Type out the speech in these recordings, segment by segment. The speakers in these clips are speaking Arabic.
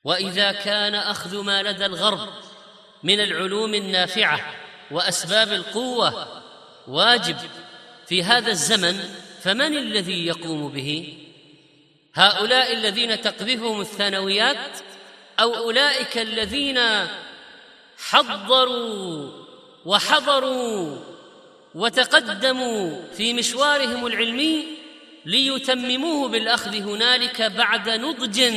وإذا كان أخذ ما لدى الغرب من العلوم النافعة وأسباب القوة واجب في هذا الزمن، فمن الذي يقوم به؟ هؤلاء الذين تقذفهم الثانويات، أو أولئك الذين حضروا وحضروا وتقدموا في مشوارهم العلمي ليتمموه بالأخذ هنالك بعد نضج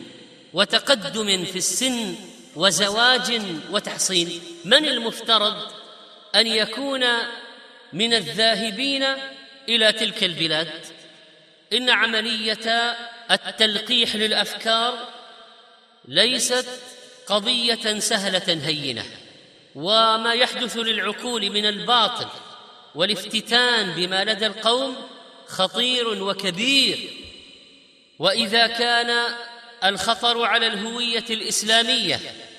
وتقدم في السن وزواج وتحصين؟ من المفترض أن يكون من الذاهبين إلى تلك البلاد؟ إن عملية التلقيح للأفكار ليست قضية سهلة هينة، وما يحدث للعقول من الباطل والافتتان بما لدى القوم خطير وكبير. وإذا كان الخطر على الهوية الإسلامية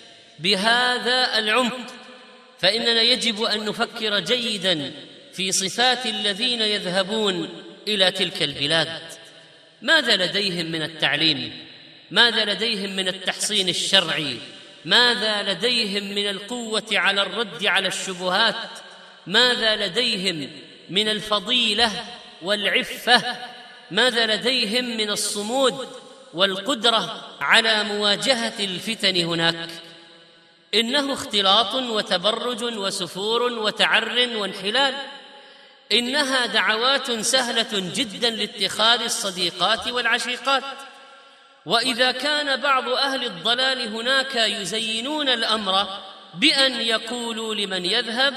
بهذا العمق، فإننا يجب أن نفكر جيداً في صفات الذين يذهبون إلى تلك البلاد. ماذا لديهم من التعليم؟ ماذا لديهم من التحصين الشرعي؟ ماذا لديهم من القوة على الرد على الشبهات؟ ماذا لديهم من الفضيلة والعفة؟ ماذا لديهم من الصمود والقدرة على مواجهة الفتن هناك؟ إنه اختلاط وتبرج وسفور وتعر وانحلال. إنها دعوات سهلة جدا لاتخاذ الصديقات والعشيقات. وإذا كان بعض أهل الضلال هناك يزينون الأمر بأن يقولوا لمن يذهب: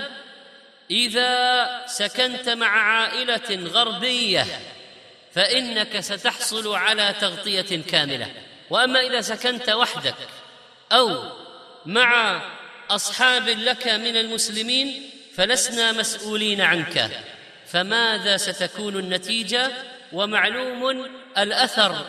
إذا سكنت مع عائلة غربية فإنك ستحصل على تغطية كاملة، وأما إذا سكنت وحدك أو مع أصحاب لك من المسلمين فلسنا مسؤولين عنك. فماذا ستكون النتيجة؟ ومعلوم الأثر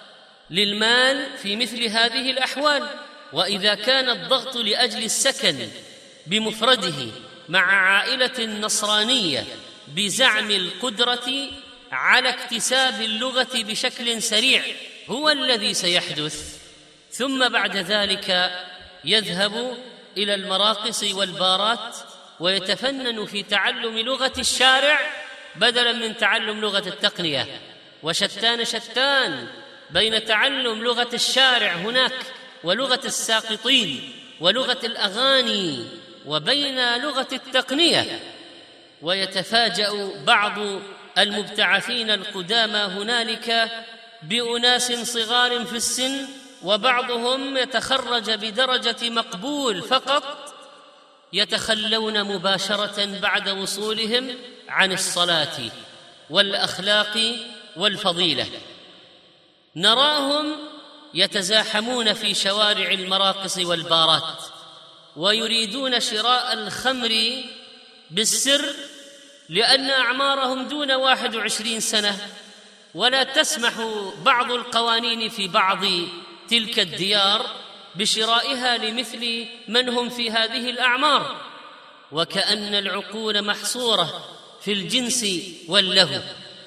للمال في مثل هذه الأحوال. وإذا كان الضغط لأجل السكن بمفرده مع عائلة نصرانية بزعم القدرة على اكتساب اللغة بشكل سريع هو الذي سيحدث، ثم بعد ذلك يذهب إلى المراقص والبارات ويتفنن في تعلم لغة الشارع بدلا من تعلم لغة التقنية. وشتان بين تعلم لغة الشارع هناك ولغة الساقطين ولغة الأغاني وبين لغة التقنية. ويتفاجأ بعض المبتعثين القدامى هنالك بأناس صغار في السن، وبعضهم يتخرج بدرجة مقبول فقط، يتخلون مباشرة بعد وصولهم عن الصلاة والأخلاق والفضيلة. نراهم يتزاحمون في شوارع المراقص والبارات ويريدون شراء الخمر بالسر، لأن أعمارهم دون 21 سنة، ولا تسمح بعض القوانين في بعض تلك الديار بشرائها لمثل من هم في هذه الأعمار. وكأن العقول محصورة في الجنس واللهو.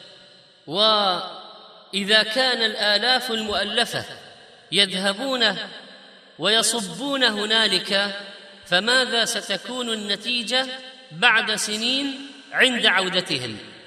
وإذا كان الآلاف المؤلفة يذهبون ويصبون هنالك، فماذا ستكون النتيجة بعد سنين عند عودتهم؟